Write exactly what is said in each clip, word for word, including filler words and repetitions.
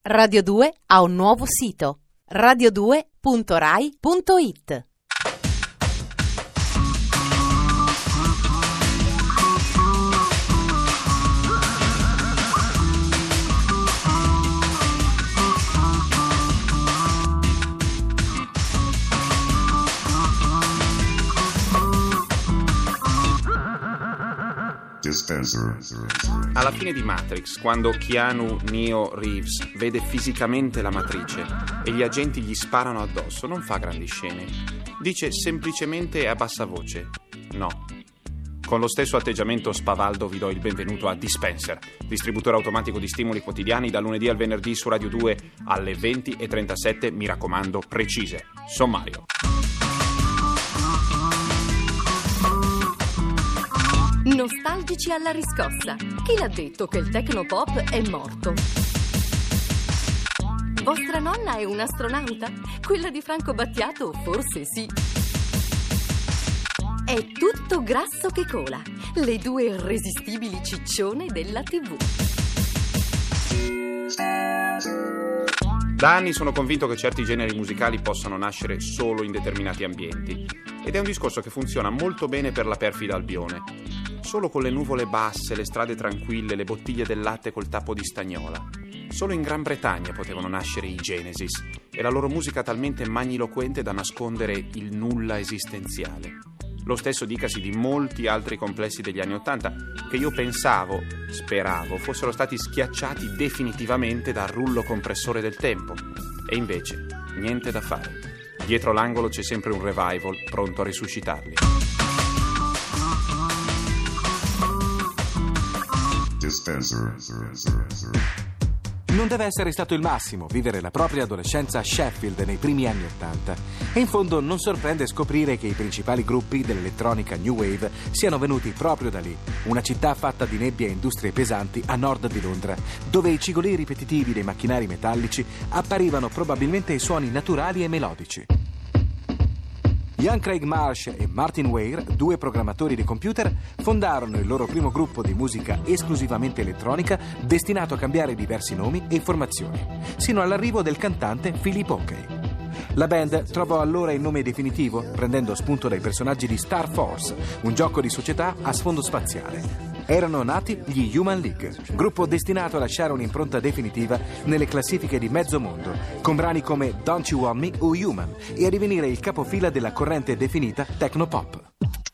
Radio due ha un nuovo sito: radio due punto rai punto it. Alla fine di Matrix, quando Keanu Neo Reeves vede fisicamente la matrice e gli agenti gli sparano addosso, non fa grandi scene. Dice semplicemente a bassa voce: no. Con lo stesso atteggiamento spavaldo vi do il benvenuto a Dispenser, distributore automatico di stimoli quotidiani, dal lunedì al venerdì su Radio due alle venti e trentasette, mi raccomando, precise. Sommario. Nostalgici alla riscossa. Chi l'ha detto che il Tecnopop è morto? Vostra nonna è un'astronauta? Quella di Franco Battiato? Forse sì. È tutto grasso che cola. Le due irresistibili ciccione della tivù. Da anni sono convinto che certi generi musicali possano nascere solo in determinati ambienti. Ed è un discorso che funziona molto bene per la perfida Albione. Solo con le nuvole basse, le strade tranquille, le bottiglie del latte col tappo di stagnola. Solo in Gran Bretagna potevano nascere i Genesis e la loro musica talmente magniloquente da nascondere il nulla esistenziale. Lo stesso dicasi di molti altri complessi degli anni Ottanta che io pensavo, speravo, fossero stati schiacciati definitivamente dal rullo compressore del tempo. E invece, niente da fare. Dietro l'angolo c'è sempre un revival pronto a risuscitarli. Non deve essere stato il massimo vivere la propria adolescenza a Sheffield nei primi anni Ottanta. E in fondo non sorprende scoprire che i principali gruppi dell'elettronica New Wave siano venuti proprio da lì, una città fatta di nebbia e industrie pesanti a nord di Londra, dove i cigolii ripetitivi dei macchinari metallici apparivano probabilmente ai suoni naturali e melodici. Ian Craig Marsh e Martin Weir, due programmatori di computer, fondarono il loro primo gruppo di musica esclusivamente elettronica destinato a cambiare diversi nomi e formazioni, sino all'arrivo del cantante Philip Oakey. La band trovò allora il nome definitivo, prendendo spunto dai personaggi di Star Force, un gioco di società a sfondo spaziale. Erano nati gli Human League, gruppo destinato a lasciare un'impronta definitiva nelle classifiche di mezzo mondo, con brani come Don't You Want Me o Human, e a divenire il capofila della corrente definita Tecnopop.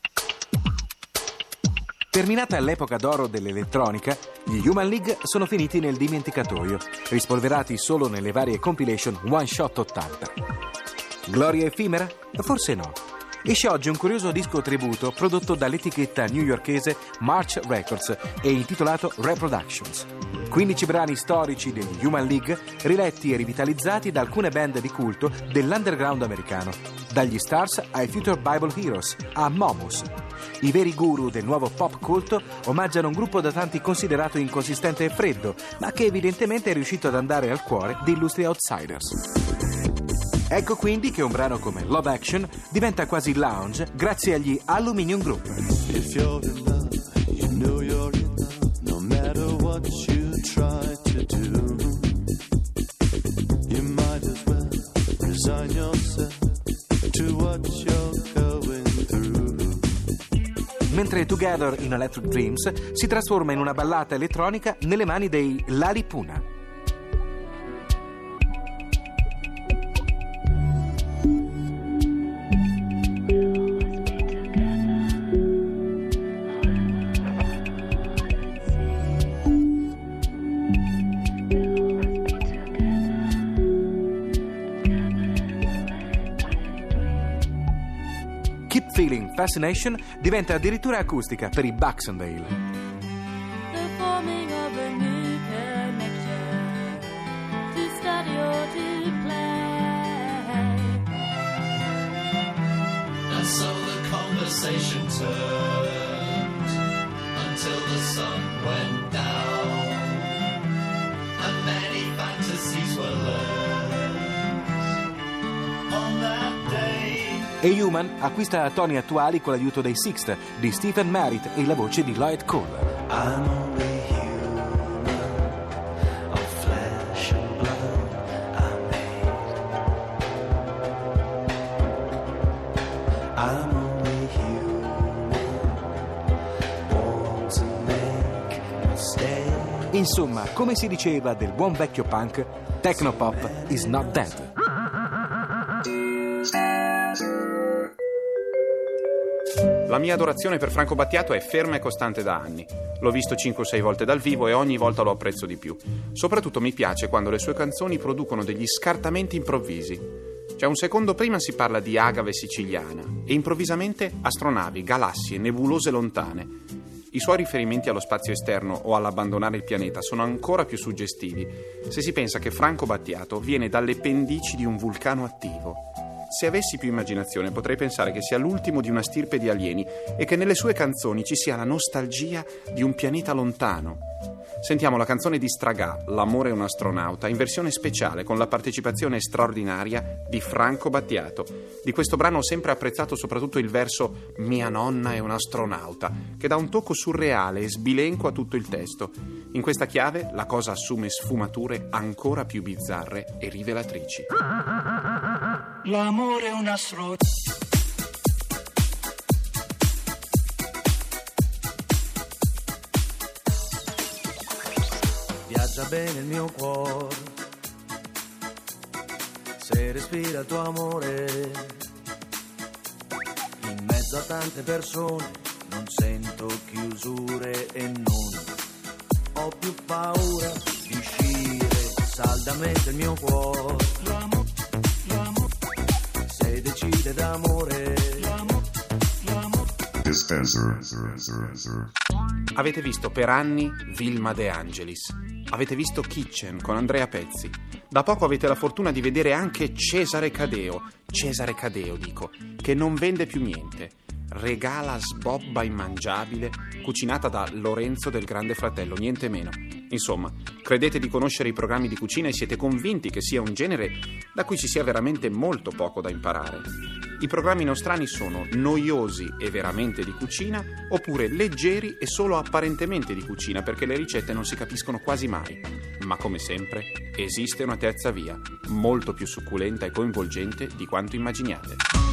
Terminata l'epoca d'oro dell'elettronica, gli Human League sono finiti nel dimenticatoio, rispolverati solo nelle varie compilation One Shot ottanta. Gloria effimera? Forse no. Esce oggi un curioso disco tributo prodotto dall'etichetta newyorkese March Records e intitolato Reproductions. quindici brani storici degli Human League riletti e rivitalizzati da alcune band di culto dell'underground americano, dagli Stars ai Future Bible Heroes a Momus. I veri guru del nuovo pop culto omaggiano un gruppo da tanti considerato inconsistente e freddo, ma che evidentemente è riuscito ad andare al cuore di illustri outsiders. Ecco quindi che un brano come Love Action diventa quasi lounge grazie agli Aluminium Group. If you're in love, you know you're in love, no matter what you try to do. You might as well resign yourself to what you're going through. Mentre Together in Electric Dreams si trasforma in una ballata elettronica nelle mani dei Lalipuna. Keep Feeling Fascination diventa addirittura acustica per i Baxendale. The forming of a new connection, to study or to play. And so the conversation turned until the sun went down, and many fantasies were learned on that day. E Human acquista toni attuali con l'aiuto dei Sixt di Stephen Merritt e la voce di Lloyd Cole. I'm only human, of flesh and blood. Insomma, come si diceva del buon vecchio punk, Technopop is not dead. La mia adorazione per Franco Battiato è ferma e costante da anni. L'ho visto cinque o sei volte dal vivo e ogni volta lo apprezzo di più. Soprattutto mi piace quando le sue canzoni producono degli scartamenti improvvisi. Cioè un secondo prima si parla di agave siciliana e improvvisamente astronavi, galassie, nebulose lontane. I suoi riferimenti allo spazio esterno o all'abbandonare il pianeta sono ancora più suggestivi se si pensa che Franco Battiato viene dalle pendici di un vulcano attivo. Se avessi più immaginazione potrei pensare che sia l'ultimo di una stirpe di alieni e che nelle sue canzoni ci sia la nostalgia di un pianeta lontano. Sentiamo la canzone di Stragà, L'amore è un astronauta, in versione speciale con la partecipazione straordinaria di Franco Battiato. Di questo brano ho sempre apprezzato soprattutto il verso Mia nonna è un astronauta, che dà un tocco surreale e sbilenco a tutto il testo. In questa chiave la cosa assume sfumature ancora più bizzarre e rivelatrici. L'amore è un astronauta. Viaggia bene il mio cuore, se respira il tuo amore. In mezzo a tante persone non sento chiusure e non ho più paura di uscire saldamente il mio cuore. L'amore, l'amore, se decide d'amore. L'amore, l'amore. Dispenser. Avete visto per anni Vilma De Angelis. Avete visto Kitchen con Andrea Pezzi. Da poco avete la fortuna di vedere anche Cesare Cadeo. Cesare Cadeo, dico, che non vende più niente. Regala sbobba immangiabile cucinata da Lorenzo del Grande Fratello, niente meno. Insomma, credete di conoscere i programmi di cucina e siete convinti che sia un genere da cui ci sia veramente molto poco da imparare. I programmi nostrani sono noiosi e veramente di cucina, oppure leggeri e solo apparentemente di cucina, perché le ricette non si capiscono quasi mai. Ma come sempre, esiste una terza via, molto più succulenta e coinvolgente di quanto immaginiate.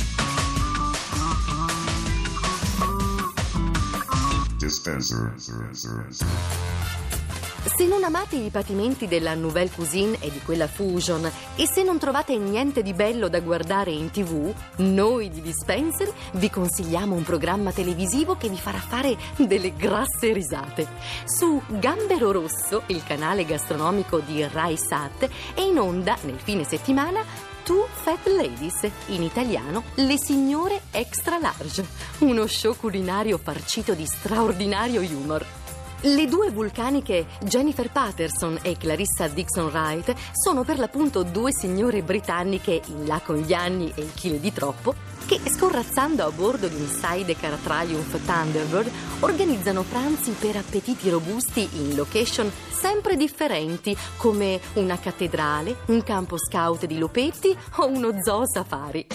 Dispenser. Se non amate i patimenti della nouvelle cuisine e di quella fusion e se non trovate niente di bello da guardare in tv, noi di Dispenser vi consigliamo un programma televisivo che vi farà fare delle grasse risate. Su Gambero Rosso, il canale gastronomico di Rai Sat, è in onda nel fine settimana Two Fat Ladies, in italiano Le Signore Extra Large, uno show culinario farcito di straordinario humor. Le due vulcaniche Jennifer Patterson e Clarissa Dixon Wright sono per l'appunto due signore britanniche in là con gli anni e il chilo di troppo che, scorrazzando a bordo di un Sidecar Triumph Thunderbird, organizzano pranzi per appetiti robusti in location sempre differenti, come una cattedrale, un campo scout di Lopetti o uno zoo safari.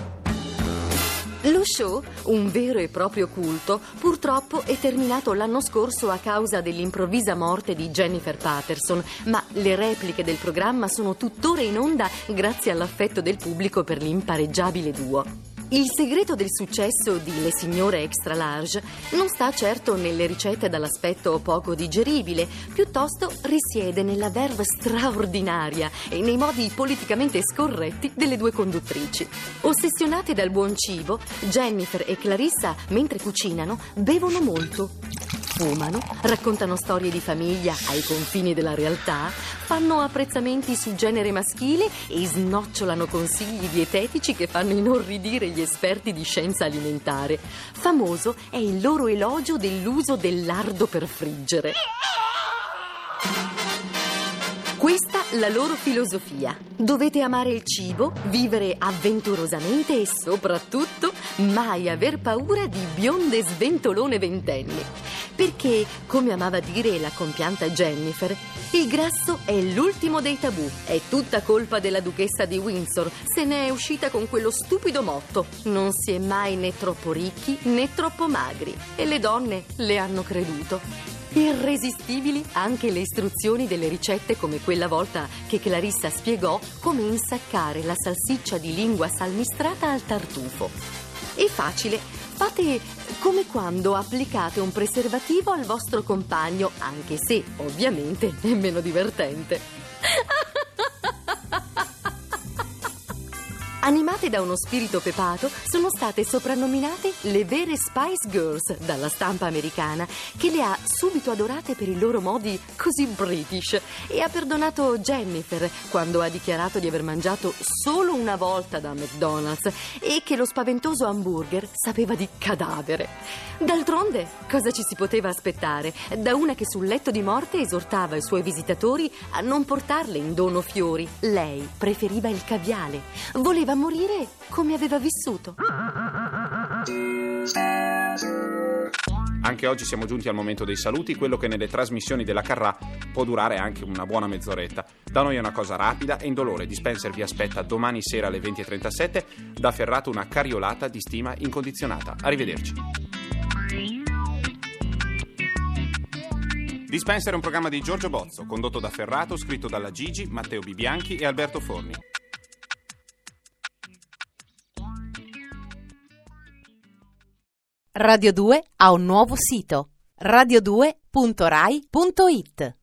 Lo show, un vero e proprio culto, purtroppo è terminato l'anno scorso a causa dell'improvvisa morte di Jennifer Patterson, ma le repliche del programma sono tuttora in onda grazie all'affetto del pubblico per l'impareggiabile duo. Il segreto del successo di Le Signore Extra Large non sta certo nelle ricette dall'aspetto poco digeribile, piuttosto risiede nella verve straordinaria e nei modi politicamente scorretti delle due conduttrici. Ossessionate dal buon cibo, Jennifer e Clarissa, mentre cucinano, bevono molto. Fumano, raccontano storie di famiglia ai confini della realtà, fanno apprezzamenti sul genere maschile e snocciolano consigli dietetici che fanno inorridire gli esperti di scienza alimentare. Famoso è il loro elogio dell'uso del lardo per friggere. Questa la loro filosofia. Dovete amare il cibo, vivere avventurosamente e soprattutto mai aver paura di bionde sventolone ventenni. Perché, come amava dire la compianta Jennifer, il grasso è l'ultimo dei tabù. È tutta colpa della duchessa di Windsor. Se ne è uscita con quello stupido motto: non si è mai né troppo ricchi né troppo magri. E le donne le hanno creduto. Irresistibili anche le istruzioni delle ricette, come quella volta che Clarissa spiegò come insaccare la salsiccia di lingua salmistrata al tartufo. È facile. Fate come quando applicate un preservativo al vostro compagno, anche se, ovviamente, è meno divertente. Animate da uno spirito pepato, sono state soprannominate le vere Spice Girls dalla stampa americana, che le ha subito adorate per i loro modi così british, e ha perdonato Jennifer quando ha dichiarato di aver mangiato solo una volta da McDonald's e che lo spaventoso hamburger sapeva di cadavere. D'altronde, cosa ci si poteva aspettare da una che sul letto di morte esortava i suoi visitatori a non portarle in dono fiori? Lei preferiva il caviale, voleva morire come aveva vissuto. Anche oggi siamo giunti al momento dei saluti, quello che nelle trasmissioni della Carrà può durare anche una buona mezz'oretta. Da noi è una cosa rapida e indolore. Dispenser vi aspetta domani sera alle venti e trentasette. Da Ferrato una cariolata di stima incondizionata. Arrivederci. Dispenser è un programma di Giorgio Bozzo, condotto da Ferrato, scritto dalla Gigi, Matteo Bibianchi e Alberto Forni. Radio due ha un nuovo sito, radio due punto rai punto it.